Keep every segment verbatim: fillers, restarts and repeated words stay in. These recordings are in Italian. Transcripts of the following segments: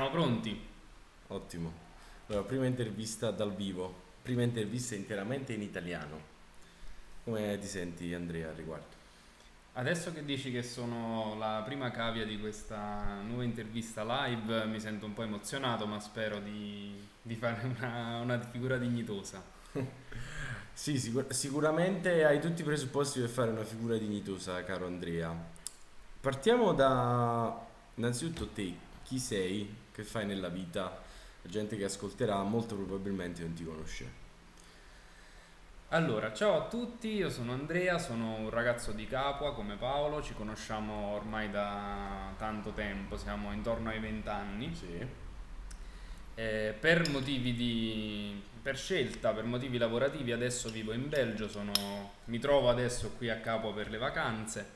Siamo pronti? Ottimo. Allora, prima intervista dal vivo, prima intervista interamente in italiano. Come ti senti, Andrea, al riguardo? Adesso che dici che sono la prima cavia di questa nuova intervista live, mi sento un po' emozionato, ma spero di, di fare una, una figura dignitosa. Sì, sicur- sicuramente hai tutti i presupposti per fare una figura dignitosa, caro Andrea. Partiamo da, innanzitutto te, chi sei, che fai nella vita? La gente che ascolterà molto probabilmente non ti conosce. Allora, ciao a tutti, io sono Andrea, sono un ragazzo di Capua come Paolo, ci conosciamo ormai da tanto tempo, siamo intorno ai venti anni. Sì. Eh, per motivi di, per scelta, per motivi lavorativi, adesso vivo in Belgio, sono, mi trovo adesso qui a Capua per le vacanze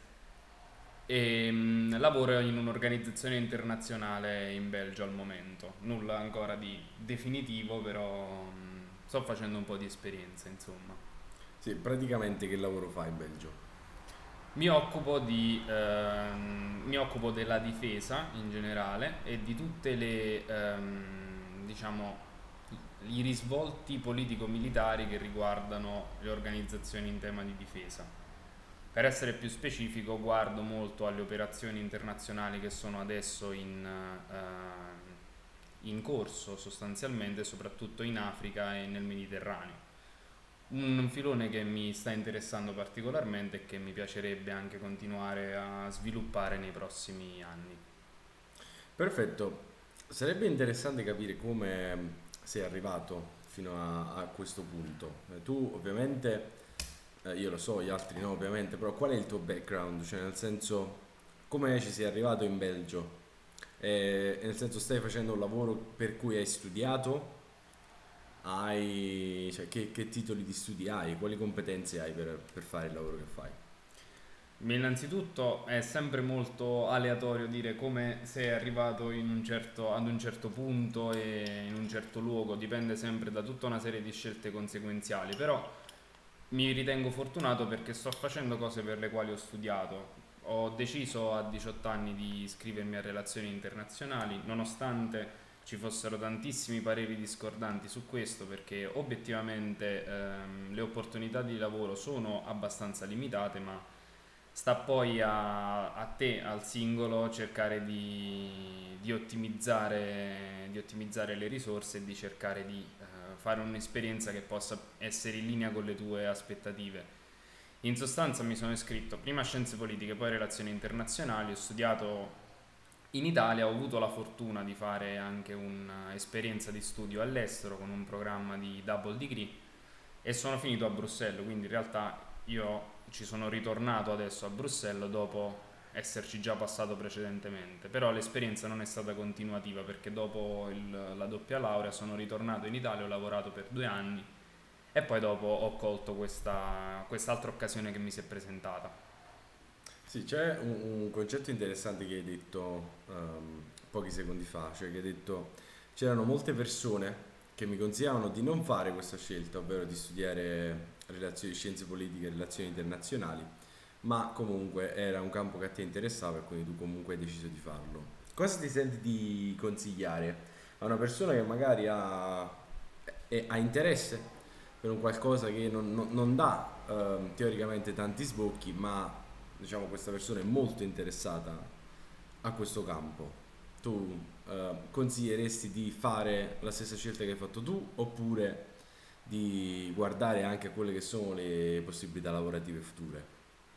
e mh, lavoro in un'organizzazione internazionale in Belgio al momento. Nulla ancora di definitivo, però mh, sto facendo un po' di esperienza, insomma. Sì, praticamente che lavoro fai in Belgio? Mi occupo di, ehm, mi occupo della difesa in generale e di tutte le, ehm, diciamo, i risvolti politico-militari che riguardano le organizzazioni in tema di difesa. Per essere più specifico, guardo molto alle operazioni internazionali che sono adesso in, eh, in corso sostanzialmente, soprattutto in Africa e nel Mediterraneo. Un filone che mi sta interessando particolarmente e che mi piacerebbe anche continuare a sviluppare nei prossimi anni. Perfetto, sarebbe interessante capire come sei arrivato fino a, a questo punto. Eh, tu ovviamente, eh, io lo so, gli altri no ovviamente, però qual è il tuo background? Cioè nel senso, come ci sei arrivato in Belgio? Eh, nel senso, stai facendo un lavoro per cui hai studiato? Hai, cioè, che, che titoli di studi hai? Quali competenze hai per, per fare il lavoro che fai? Innanzitutto è sempre molto aleatorio dire come sei arrivato in un certo- ad un certo punto e in un certo luogo, dipende sempre da tutta una serie di scelte conseguenziali, però mi ritengo fortunato perché sto facendo cose per le quali ho studiato. Ho deciso a diciotto anni di iscrivermi a relazioni internazionali, nonostante ci fossero tantissimi pareri discordanti su questo, perché obiettivamente ehm, le opportunità di lavoro sono abbastanza limitate, ma sta poi a, a te, al singolo, cercare di, di ottimizzare, di ottimizzare le risorse e di cercare di eh, fare un'esperienza che possa essere in linea con le tue aspettative. In sostanza mi sono iscritto prima a Scienze Politiche, poi Relazioni Internazionali, ho studiato in Italia, ho avuto la fortuna di fare anche un'esperienza di studio all'estero con un programma di double degree e sono finito a Bruxelles, quindi in realtà io ci sono ritornato adesso a Bruxelles dopo esserci già passato precedentemente, però l'esperienza non è stata continuativa perché dopo il- la doppia laurea sono ritornato in Italia, ho lavorato per due anni e poi dopo ho colto questa, quest'altra occasione che mi si è presentata. Sì, c'è un, un concetto interessante che hai detto ehm, pochi secondi fa, cioè che hai detto c'erano molte persone che mi consigliavano di non fare questa scelta, ovvero di studiare relazioni, scienze politiche e relazioni internazionali, ma comunque era un campo che a te interessava e quindi tu comunque hai deciso di farlo. Cosa ti senti di consigliare a una persona che magari ha, è- ha interesse per un qualcosa che non, non- non dà ehm, teoricamente tanti sbocchi, ma diciamo questa persona è molto interessata a questo campo? Tu eh, consiglieresti di fare la stessa scelta che hai fatto tu oppure di guardare anche a quelle che sono le possibilità lavorative future?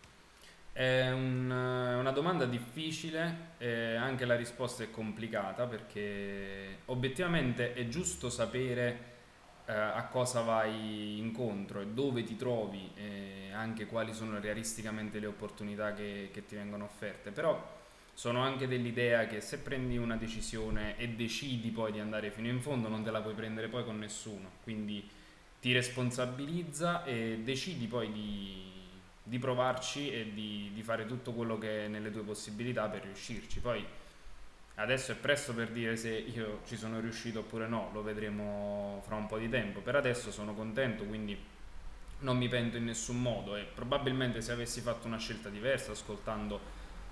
È un- una domanda difficile e anche la risposta è complicata perché obiettivamente è giusto sapere eh, a cosa vai incontro e dove ti trovi e anche quali sono realisticamente le opportunità che, che ti vengono offerte, però sono anche dell'idea che se prendi una decisione e decidi poi di andare fino in fondo non te la puoi prendere poi con nessuno, quindi ti responsabilizza e decidi poi di, di provarci e di, di fare tutto quello che è nelle tue possibilità per riuscirci. Poi adesso è presto per dire se io ci sono riuscito oppure no, lo vedremo fra un po' di tempo. Per adesso sono contento, quindi non mi pento in nessun modo e probabilmente se avessi fatto una scelta diversa, ascoltando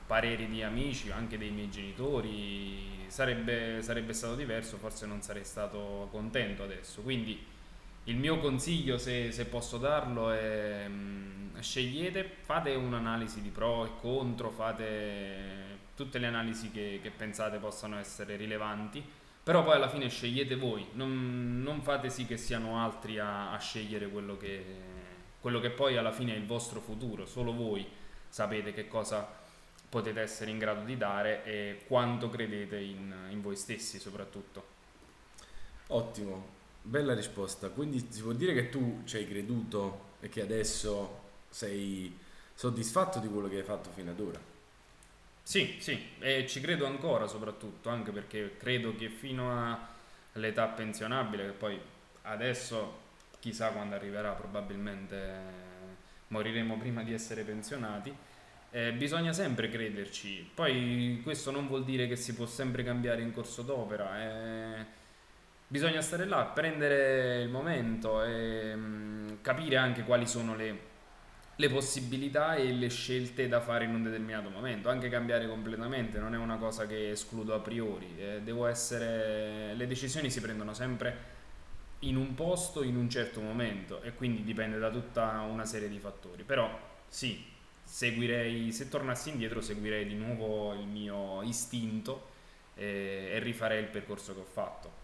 pareri di amici, anche dei miei genitori, sarebbe, sarebbe stato diverso, forse non sarei stato contento adesso. Quindi il mio consiglio, se, se posso darlo, è mh, scegliete, fate un'analisi di pro e contro, fate tutte le analisi che, che pensate possano essere rilevanti, però poi alla fine scegliete voi, non, non fate sì che siano altri a, a scegliere quello che, quello che poi alla fine è il vostro futuro, solo voi sapete che cosa potete essere in grado di dare e quanto credete in, in voi stessi soprattutto. Ottimo, bella risposta. Quindi si può dire che tu ci hai creduto e che adesso sei soddisfatto di quello che hai fatto fino ad ora? Sì, sì, e ci credo ancora soprattutto, anche perché credo che fino a- all'età pensionabile, che poi adesso chissà quando arriverà, probabilmente moriremo prima di essere pensionati, eh, bisogna sempre crederci. Poi questo non vuol dire che si può sempre cambiare in corso d'opera, eh, bisogna stare là, prendere il momento e mm, capire anche quali sono le le possibilità e le scelte da fare in un determinato momento, anche cambiare completamente non è una cosa che escludo a priori, eh, devo essere, le decisioni si prendono sempre in un posto, in un certo momento e quindi dipende da tutta una serie di fattori, però sì, seguirei, se tornassi indietro seguirei di nuovo il mio istinto e, e rifarei il percorso che ho fatto.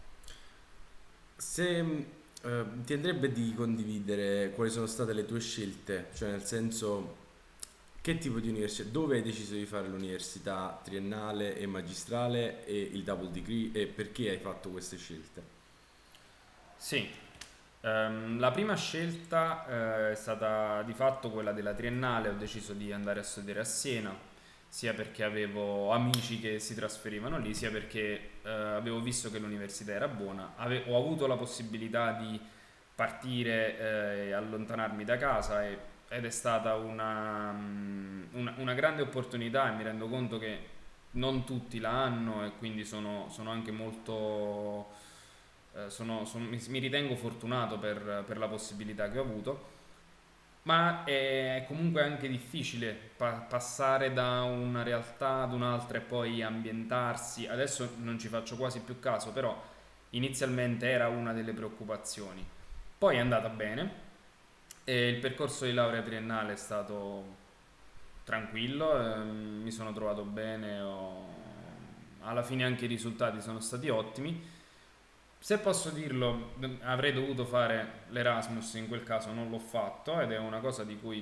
Se eh, ti andrebbe di condividere quali sono state le tue scelte, cioè nel senso che tipo di università, dove hai deciso di fare l'università triennale e magistrale e il double degree e perché hai fatto queste scelte? Sì, ehm, la prima scelta eh, è stata di fatto quella della triennale, ho deciso di andare a studiare a Siena, sia perché avevo amici che si trasferivano lì, sia perché eh, avevo visto che l'università era buona, ave- ho avuto la possibilità di partire eh, e allontanarmi da casa e- ed è stata una, mm, una- una grande opportunità e mi rendo conto che non tutti la hanno e quindi sono, sono anche molto eh, sono- sono- mi, mi ritengo fortunato per, per la possibilità che ho avuto, ma è comunque anche difficile pa- passare da una realtà ad un'altra e poi ambientarsi. Adesso non ci faccio quasi più caso, però inizialmente era una delle preoccupazioni. Poi è andata bene e il percorso di laurea triennale è stato tranquillo, ehm, mi sono trovato bene, ho- alla fine anche i risultati sono stati ottimi. Se posso dirlo, avrei dovuto fare l'Erasmus, in quel caso non l'ho fatto ed è una cosa di cui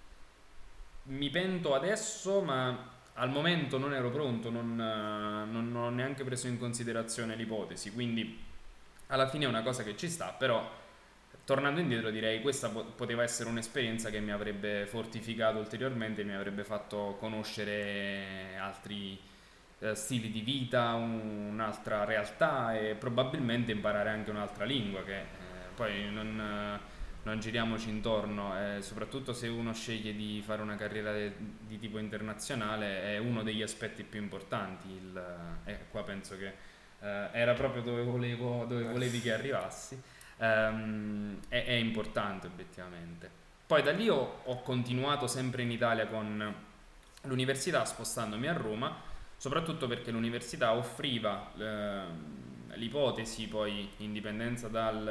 mi pento adesso, ma al momento non ero pronto, non, eh, non ho neanche preso in considerazione l'ipotesi, quindi alla fine è una cosa che ci sta, però tornando indietro direi questa po- poteva essere un'esperienza che mi avrebbe fortificato ulteriormente, mi avrebbe fatto conoscere altri eh, stili di vita, un- un'altra realtà e probabilmente imparare anche un'altra lingua che eh, poi non, eh, non giriamoci intorno, eh, soprattutto se uno sceglie di fare una carriera de- di tipo internazionale è uno degli aspetti più importanti, il, eh, qua penso che eh, era proprio dove volevo, dove volevi che arrivassi. Ehm, è, è importante obiettivamente. Poi da lì ho, ho continuato sempre in Italia con l'università spostandomi a Roma, soprattutto perché l'università offriva ehm, l'ipotesi, poi in dipendenza dal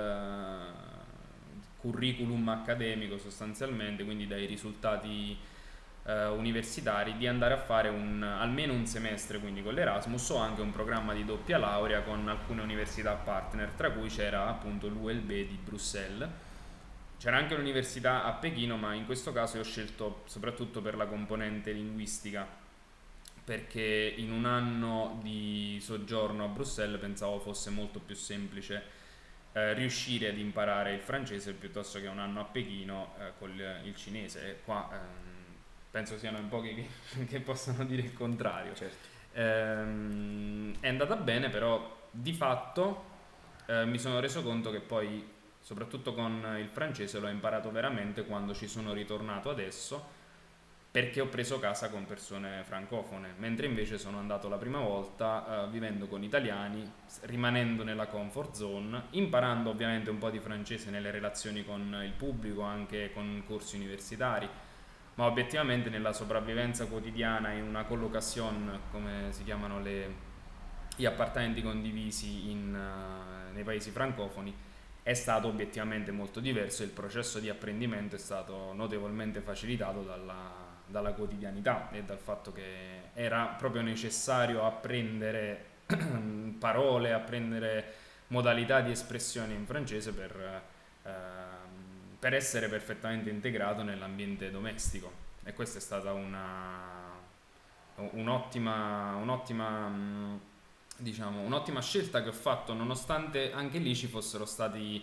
eh, curriculum accademico sostanzialmente, quindi dai risultati eh, universitari, di andare a fare un, almeno un semestre quindi con l'Erasmus o anche un programma di doppia laurea con alcune università partner, tra cui c'era appunto l'U L B di Bruxelles. C'era anche l'università a Pechino, ma in questo caso ho scelto soprattutto per la componente linguistica, perché in un anno di soggiorno a Bruxelles pensavo fosse molto più semplice eh, riuscire ad imparare il francese piuttosto che un anno a Pechino eh, con il, il cinese. E qua ehm, penso siano in pochi che, che possano dire il contrario. Certo. Ehm, è andata bene, però di fatto eh, mi sono reso conto che poi, soprattutto con il francese, l'ho imparato veramente quando ci sono ritornato adesso, perché ho preso casa con persone francofone, mentre invece sono andato la prima volta eh, vivendo con italiani, s- rimanendo nella comfort zone, imparando ovviamente un po' di francese nelle relazioni con il pubblico, anche con corsi universitari, ma obiettivamente nella sopravvivenza quotidiana in una collocation, come si chiamano le, gli appartamenti condivisi in, eh, nei paesi francofoni, è stato obiettivamente molto diverso e il processo di apprendimento è stato notevolmente facilitato dalla, dalla quotidianità e dal fatto che era proprio necessario apprendere parole, apprendere modalità di espressione in francese per, ehm, per essere perfettamente integrato nell'ambiente domestico. E questa è stata una, un'ottima, un'ottima, mh, diciamo, un'ottima scelta che ho fatto, nonostante anche lì ci fossero stati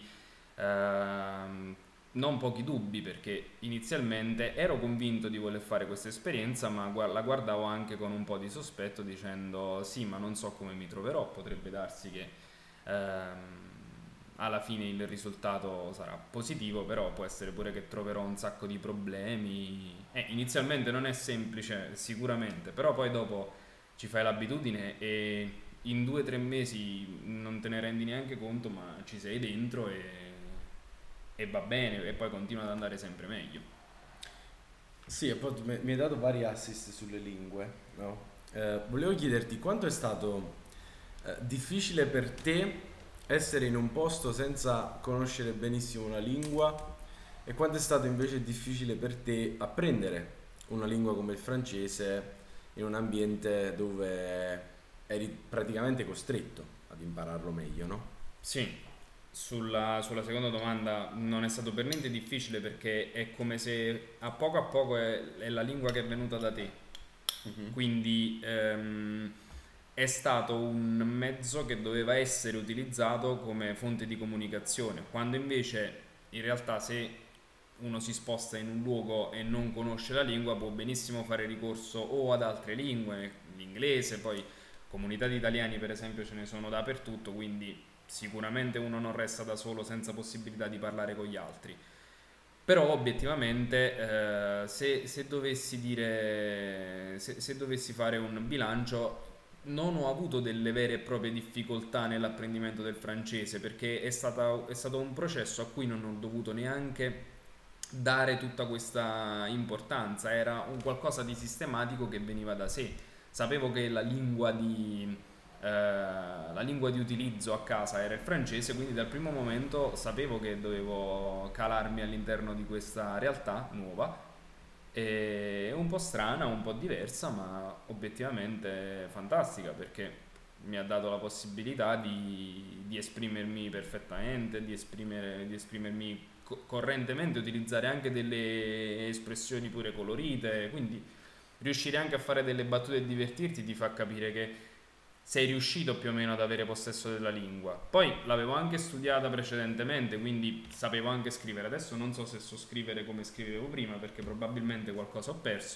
ehm, non pochi dubbi, perché inizialmente ero convinto di voler fare questa esperienza, ma gua- la guardavo anche con un po' di sospetto, dicendo sì, ma non so come mi troverò, potrebbe darsi che ehm, alla fine il risultato sarà positivo, però può essere pure che troverò un sacco di problemi. Eh, inizialmente non è semplice, sicuramente, però poi dopo ci fai l'abitudine e in due o tre mesi non te ne rendi neanche conto, ma ci sei dentro e, e va bene e poi continua ad andare sempre meglio. Sì, e poi tu mi mi hai dato vari assist sulle lingue, no? Eh, volevo chiederti quanto è stato eh, difficile per te essere in un posto senza conoscere benissimo una lingua e quanto è stato invece difficile per te apprendere una lingua come il francese in un ambiente dove eri praticamente costretto ad impararlo meglio, no? Sì, sulla, sulla seconda domanda non è stato per niente difficile perché è come se a poco a poco è, è la lingua che è venuta da te. Mhm. Quindi ehm, è stato un mezzo che doveva essere utilizzato come fonte di comunicazione, quando invece in realtà se uno si sposta in un luogo e non conosce la lingua può benissimo fare ricorso o ad altre lingue, l'inglese, poi comunità di italiani per esempio ce ne sono dappertutto, quindi sicuramente uno non resta da solo senza possibilità di parlare con gli altri. Però obiettivamente eh, se, se dovessi dire, se, se dovessi fare un bilancio, non ho avuto delle vere e proprie difficoltà nell'apprendimento del francese perché è stata- è stato un processo a cui non ho dovuto neanche dare tutta questa importanza, era un qualcosa di sistematico che veniva da sé. Sapevo che la lingua di, eh, la lingua di utilizzo a casa era il francese, quindi dal primo momento sapevo che dovevo calarmi all'interno di questa realtà nuova. È un po' strana, un po' diversa, ma obiettivamente fantastica perché mi ha dato la possibilità di, di esprimermi perfettamente, di, esprimere, di esprimermi co- correntemente, utilizzare anche delle espressioni pure colorite, quindi riuscire anche a fare delle battute e divertirti ti fa capire che sei riuscito più o meno ad avere possesso della lingua. Poi l'avevo anche studiata precedentemente, quindi sapevo anche scrivere. Adesso non so se so scrivere come scrivevo prima, perché probabilmente qualcosa ho perso.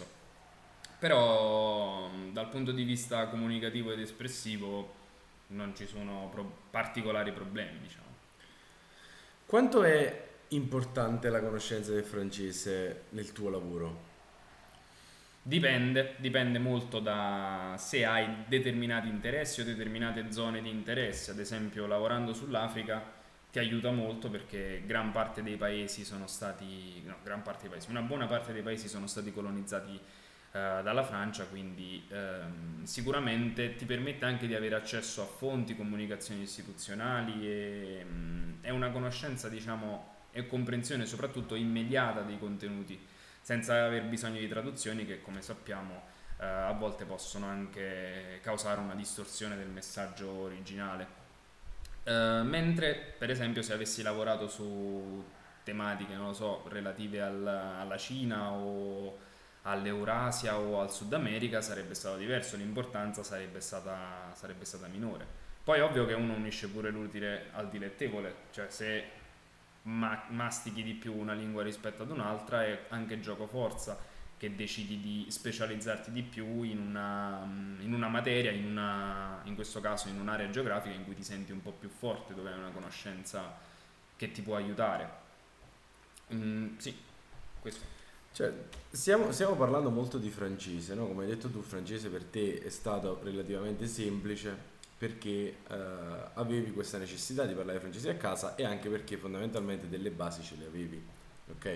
Però mh, dal punto di vista comunicativo ed espressivo non ci sono pro- particolari problemi, diciamo. Quanto è importante la conoscenza del francese nel tuo lavoro? Dipende, dipende molto da se hai determinati interessi o determinate zone di interesse. Ad esempio, lavorando sull'Africa ti aiuta molto perché gran parte dei paesi sono stati, no, gran parte dei paesi, una buona parte dei paesi sono stati colonizzati eh, dalla Francia, quindi ehm, sicuramente ti permette anche di avere accesso a fonti, comunicazioni istituzionali e mm, è una conoscenza, diciamo, e comprensione soprattutto immediata dei contenuti senza aver bisogno di traduzioni che come sappiamo eh, a volte possono anche causare una distorsione del messaggio originale. Eh, mentre per esempio se avessi lavorato su tematiche, non lo so, relative al- alla Cina o all'Eurasia o al Sud America sarebbe stato diverso, l'importanza sarebbe stata, sarebbe stata minore. Poi ovvio che uno unisce pure l'utile al dilettevole, cioè se ma- mastichi di più una lingua rispetto ad un'altra è anche gioco forza che decidi di specializzarti di più in una, in una materia, in, una, in questo caso in un'area geografica in cui ti senti un po' più forte, dove hai una conoscenza che ti può aiutare. Mm, sì, questo. Cioè, stiamo, stiamo parlando molto di francese, no? Come hai detto tu, il francese per te è stato relativamente semplice perché eh, avevi questa necessità di parlare francese a casa e anche perché fondamentalmente delle basi ce le avevi, ok?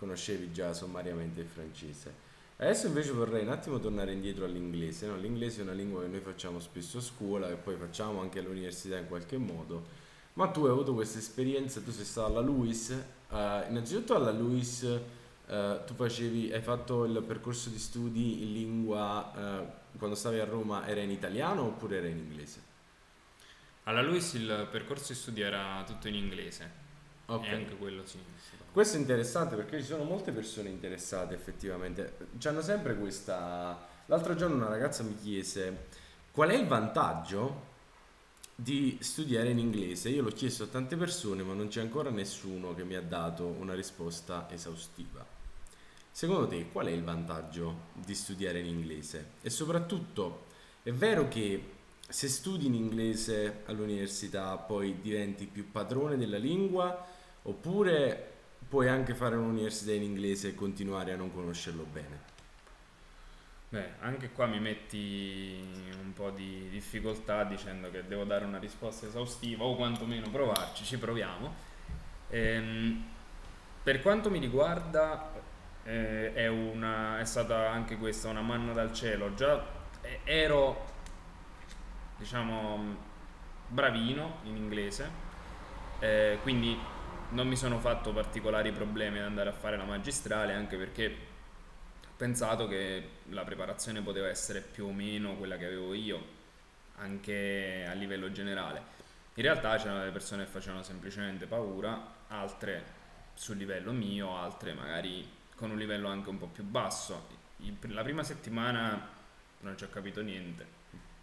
conoscevi già sommariamente il francese. Adesso invece vorrei un attimo tornare indietro all'inglese, no? L'inglese è una lingua che noi facciamo spesso a scuola e poi facciamo anche all'università in qualche modo, ma tu hai avuto questa esperienza, tu sei stato alla LUIS, eh, innanzitutto alla LUIS eh, tu facevi, hai fatto il percorso di studi in lingua, eh, quando stavi a Roma era in italiano oppure era in inglese? Alla Luis il percorso di studi era tutto in inglese Ok. e anche quello sì. sì. Questo è interessante perché ci sono molte persone interessate effettivamente. C'hanno sempre questa. L'altro giorno una ragazza mi chiese qual è il vantaggio di studiare in inglese. Io l'ho chiesto a tante persone, ma non c'è ancora nessuno che mi ha dato una risposta esaustiva. Secondo te, qual è il vantaggio di studiare in inglese? E soprattutto, è vero che se studi in inglese all'università poi diventi più padrone della lingua, oppure puoi anche fare un'università in inglese e continuare a non conoscerlo bene? Beh, anche qua mi metti un po' di difficoltà dicendo che devo dare una risposta esaustiva o quantomeno provarci, ci proviamo. Ehm, per quanto mi riguarda, eh, è, una, è stata anche questa una manna dal cielo. Già eh, ero, diciamo, bravino in inglese, eh, quindi non mi sono fatto particolari problemi ad andare a fare la magistrale, anche perché ho pensato che la preparazione poteva essere più o meno quella che avevo io, anche a livello generale. In realtà c'erano delle persone che facevano semplicemente paura, altre sul livello mio, altre magari con un livello anche un po' più basso. Il- La prima settimana non ci ho capito niente.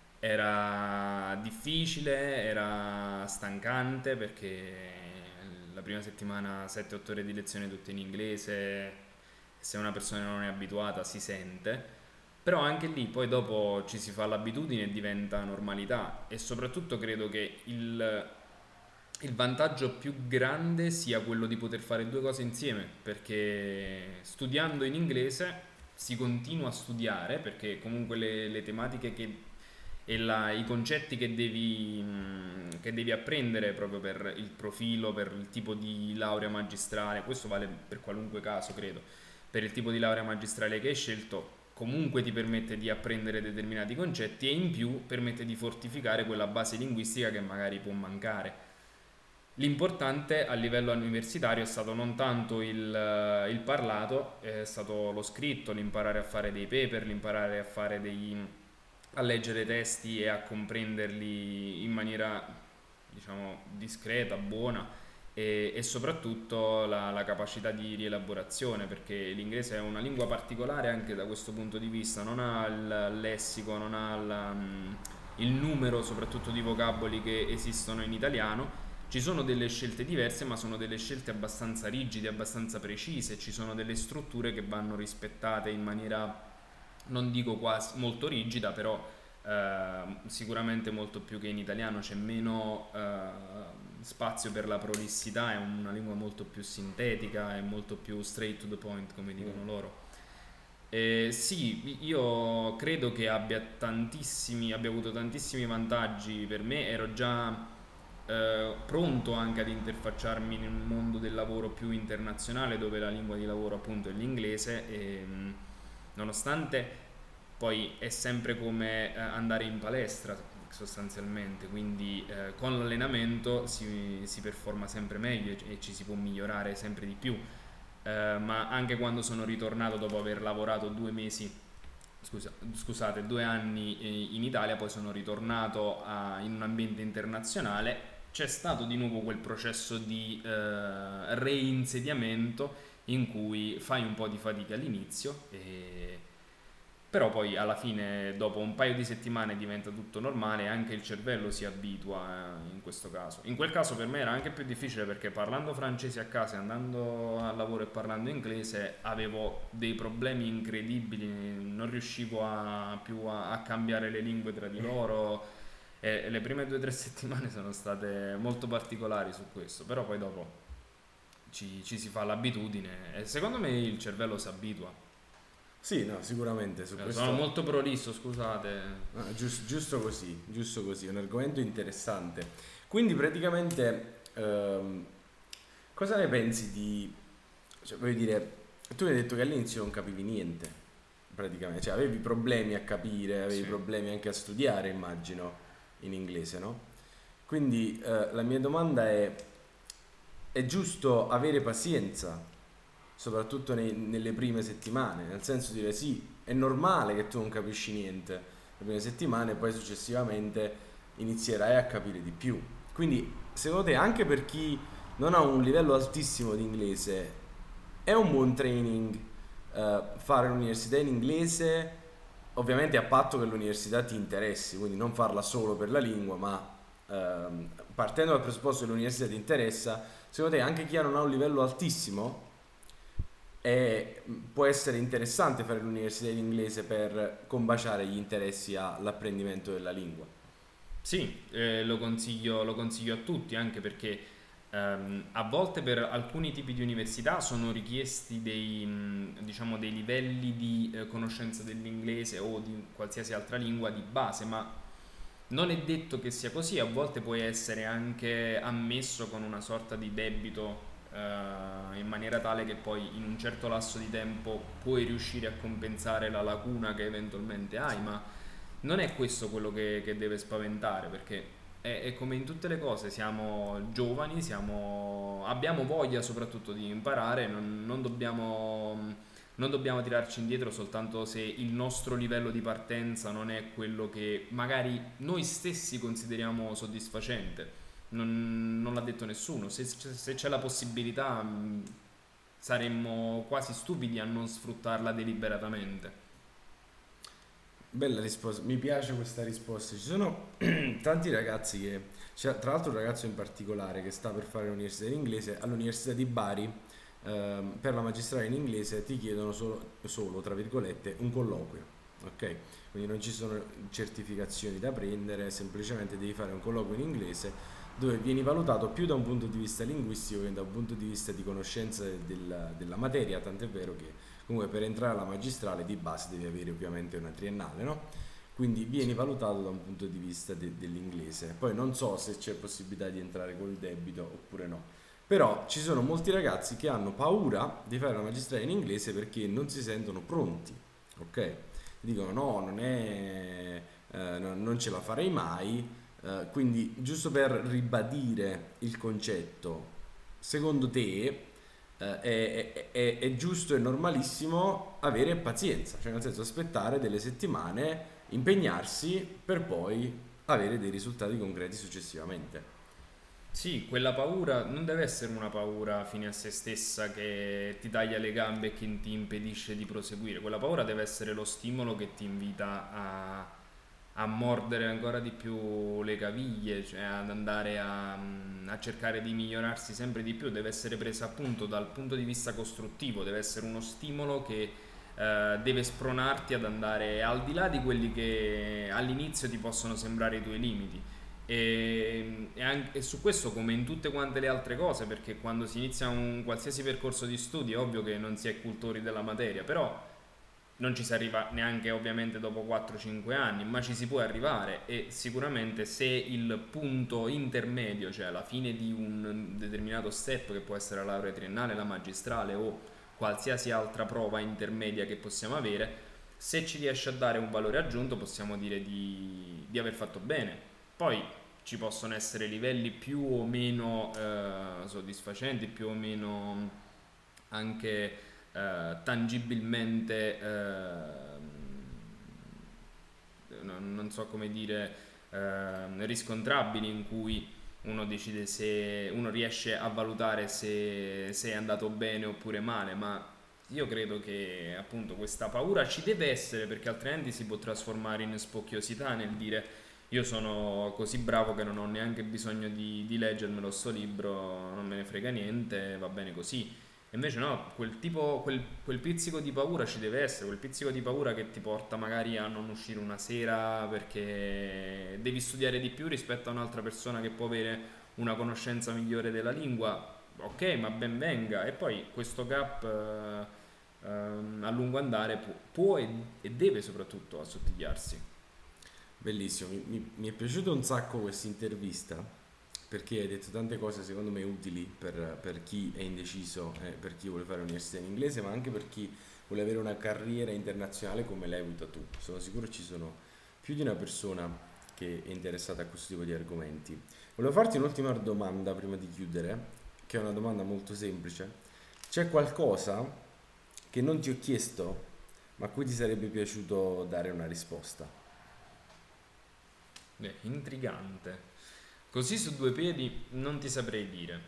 Era difficile, era stancante perché la prima settimana sette otto ore di lezione tutte in inglese, se una persona non è abituata si sente, però anche lì poi dopo ci si fa l'abitudine e diventa normalità e soprattutto credo che il, il vantaggio più grande sia quello di poter fare due cose insieme, perché studiando in inglese si continua a studiare, perché comunque le, le tematiche che e la- i concetti che devi, mh, che devi apprendere proprio per il profilo, per il tipo di laurea magistrale, questo vale per qualunque caso, credo, per il tipo di laurea magistrale che hai scelto, comunque ti permette di apprendere determinati concetti e in più permette di fortificare quella base linguistica che magari può mancare. L'importante a livello universitario è stato non tanto il, eh, il parlato, è stato lo scritto, l'imparare a fare dei paper, l'imparare a fare dei, a leggere testi e a comprenderli in maniera, diciamo, discreta, buona e, e soprattutto la, la capacità di rielaborazione, perché l'inglese è una lingua particolare anche da questo punto di vista, non ha il lessico, non ha la, mm, il numero soprattutto di vocaboli che esistono in italiano. Ci sono delle scelte diverse, ma sono delle scelte abbastanza rigide, abbastanza precise, ci sono delle strutture che vanno rispettate in maniera, non dico quasi molto rigida, però eh, sicuramente molto più che in italiano, c'è meno eh, spazio per la prolissità, è una lingua molto più sintetica, è molto più straight to the point, come dicono Mm. loro. Eh, sì, io credo che abbia tantissimi, abbia avuto tantissimi vantaggi per me, ero già eh, pronto anche ad interfacciarmi nel mondo del lavoro più internazionale dove la lingua di lavoro appunto è l'inglese e mh, nonostante poi è sempre come eh, andare in palestra sostanzialmente, quindi eh, con l'allenamento si, si performa sempre meglio e ci si può migliorare sempre di più. Eh, ma anche quando sono ritornato dopo aver lavorato due mesi, scusa, scusate, due anni eh, in Italia, poi sono ritornato a- in un ambiente internazionale, c'è stato di nuovo quel processo di eh, reinsediamento in cui fai un po' di fatica all'inizio, e- però poi alla fine dopo un paio di settimane diventa tutto normale e anche il cervello si abitua eh, in questo caso. In quel caso per me era anche più difficile perché parlando francese a casa e andando al lavoro e parlando inglese avevo dei problemi incredibili, non riuscivo a, più a, a cambiare le lingue tra di loro e, e le prime due o tre settimane sono state molto particolari su questo, però poi dopo ci, ci si fa l'abitudine e secondo me il cervello si abitua. Sì, no, sicuramente su Eh, Sono questo. molto prolisso, scusate. Ah, gius- giusto così, giusto così, è un argomento interessante. Quindi praticamente ehm, cosa ne pensi di, cioè, voglio dire, tu mi hai detto che all'inizio non capivi niente, praticamente, cioè avevi problemi a capire, avevi Sì. problemi anche a studiare, immagino, in inglese, no? Quindi eh, la mia domanda è, è giusto avere pazienza, soprattutto nei- nelle prime settimane, nel senso di dire sì, è normale che tu non capisci niente le prime settimane, poi successivamente inizierai a capire di più. Quindi, secondo te, anche per chi non ha un livello altissimo di inglese, è un buon training eh, fare l'università in inglese, ovviamente a patto che l'università ti interessi, quindi non farla solo per la lingua, ma ehm, partendo dal presupposto che l'università ti interessa, secondo te anche chi non ha un livello altissimo è- può essere interessante fare l'università in inglese per combaciare gli interessi all'apprendimento della lingua? Sì, eh, lo consiglio, lo consiglio a tutti, anche perché ehm, a volte per alcuni tipi di università sono richiesti dei, mh, diciamo, dei livelli di eh, conoscenza dell'inglese o di qualsiasi altra lingua di base, ma non è detto che sia così, a volte puoi essere anche ammesso con una sorta di debito, eh, in maniera tale che poi in un certo lasso di tempo puoi riuscire a compensare la lacuna che eventualmente hai, ma non è questo quello che, che deve spaventare, perché è, è come in tutte le cose, siamo giovani, siamo, abbiamo voglia soprattutto di imparare, non, non dobbiamo, non dobbiamo tirarci indietro soltanto se il nostro livello di partenza non è quello che magari noi stessi consideriamo soddisfacente. Non, non l'ha detto nessuno, se, se c'è la possibilità mh, saremmo quasi stupidi a non sfruttarla deliberatamente. Bella risposta, mi piace questa risposta. Ci sono tanti ragazzi che, c'è tra l'altro un ragazzo in particolare che sta per fare l'università in inglese, all'università di Bari, ehm, per la magistrale in inglese ti chiedono solo, solo, tra virgolette, un colloquio, ok? Quindi non ci sono certificazioni da prendere, semplicemente devi fare un colloquio in inglese dove vieni valutato più da un punto di vista linguistico che da un punto di vista di conoscenza del- della materia, tant'è vero che comunque per entrare alla magistrale di base devi avere ovviamente una triennale, no? Quindi vieni Sì. valutato da un punto di vista de- dell'inglese. Poi non so se c'è possibilità di entrare col debito oppure no. Però ci sono molti ragazzi che hanno paura di fare la magistrale in inglese perché non si sentono pronti, ok? Dicono no, non è, eh, non non ce la farei mai. Eh, quindi giusto per ribadire il concetto, secondo te eh, è, è- è giusto e normalissimo avere pazienza, cioè nel senso aspettare delle settimane, impegnarsi per poi avere dei risultati concreti successivamente. Sì, quella paura non deve essere una paura fine a se stessa che ti taglia le gambe e che ti impedisce di proseguire. Quella paura deve essere lo stimolo che ti invita a, a mordere ancora di più le caviglie, cioè ad andare a, a cercare di migliorarsi sempre di più. Deve essere presa appunto dal punto di vista costruttivo, deve essere uno stimolo che eh, deve spronarti ad andare al di là di quelli che all'inizio ti possono sembrare i tuoi limiti. E, e anche- e su questo come in tutte quante le altre cose, perché quando si inizia un qualsiasi percorso di studi è ovvio che non si è cultori della materia, però non ci si arriva neanche ovviamente dopo quattro cinque anni, ma ci si può arrivare, e sicuramente se il punto intermedio, cioè la fine di un determinato step, che può essere la laurea triennale, la magistrale o qualsiasi altra prova intermedia che possiamo avere, se ci riesce a dare un valore aggiunto possiamo dire di, di aver fatto bene. Poi ci possono essere livelli più o meno eh, soddisfacenti, più o meno anche eh, tangibilmente, eh, non, non so come dire, eh, riscontrabili, in cui uno decide se uno riesce a valutare se, se è andato bene oppure male, ma io credo che appunto questa paura ci deve essere, perché altrimenti si può trasformare in spocchiosità nel dire io sono così bravo che non ho neanche bisogno di, di leggermelo sto libro, non me ne frega niente, va bene così. E invece no, quel tipo, quel, quel pizzico di paura ci deve essere, quel pizzico di paura che ti porta magari a non uscire una sera perché devi studiare di più rispetto a un'altra persona che può avere una conoscenza migliore della lingua. Ok, ma ben venga. E poi questo gap eh, ehm, a lungo andare può, può e, e deve soprattutto assottigliarsi. Bellissimo, mi, mi- mi è piaciuta un sacco questa intervista perché hai detto tante cose secondo me utili per, per chi è indeciso e per chi vuole fare università in inglese, ma anche per chi vuole avere una carriera internazionale come l'hai avuta tu. Sono sicuro ci sono più di una persona che è interessata a questo tipo di argomenti. Volevo farti un'ultima domanda prima di chiudere, che è una domanda molto semplice. C'è qualcosa che non ti ho chiesto, ma a cui ti sarebbe piaciuto dare una risposta? Beh, intrigante. Così su due piedi non ti saprei dire.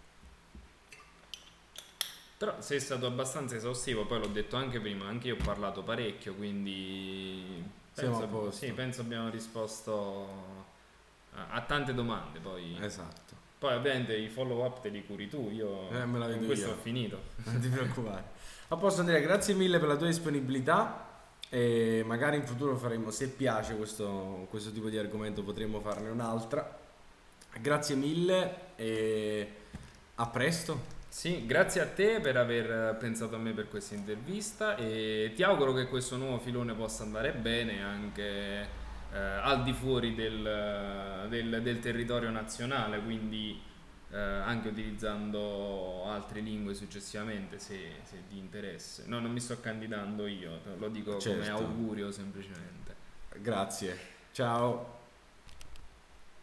Però sei stato abbastanza esaustivo, poi l'ho detto anche prima, anche io ho parlato parecchio, quindi Siamo a penso, posto. sì, penso abbiamo risposto a, a tante domande. Poi, Esatto. poi ovviamente i follow up te li curi tu, io Eh, me la con vedo questo io. ho finito. Non ti preoccupare. A posto Andrea, grazie mille per la tua disponibilità e magari in futuro faremo, se piace questo, questo tipo di argomento, potremo farne un'altra. Grazie mille e a presto. Sì, grazie a te per aver pensato a me per questa intervista e ti auguro che questo nuovo filone possa andare bene anche eh, al di fuori del, del- del territorio nazionale, quindi eh, anche utilizzando altre lingue successivamente se, se ti interessa. No, non mi sto candidando io, lo dico come Certo. augurio semplicemente. Grazie. Ciao.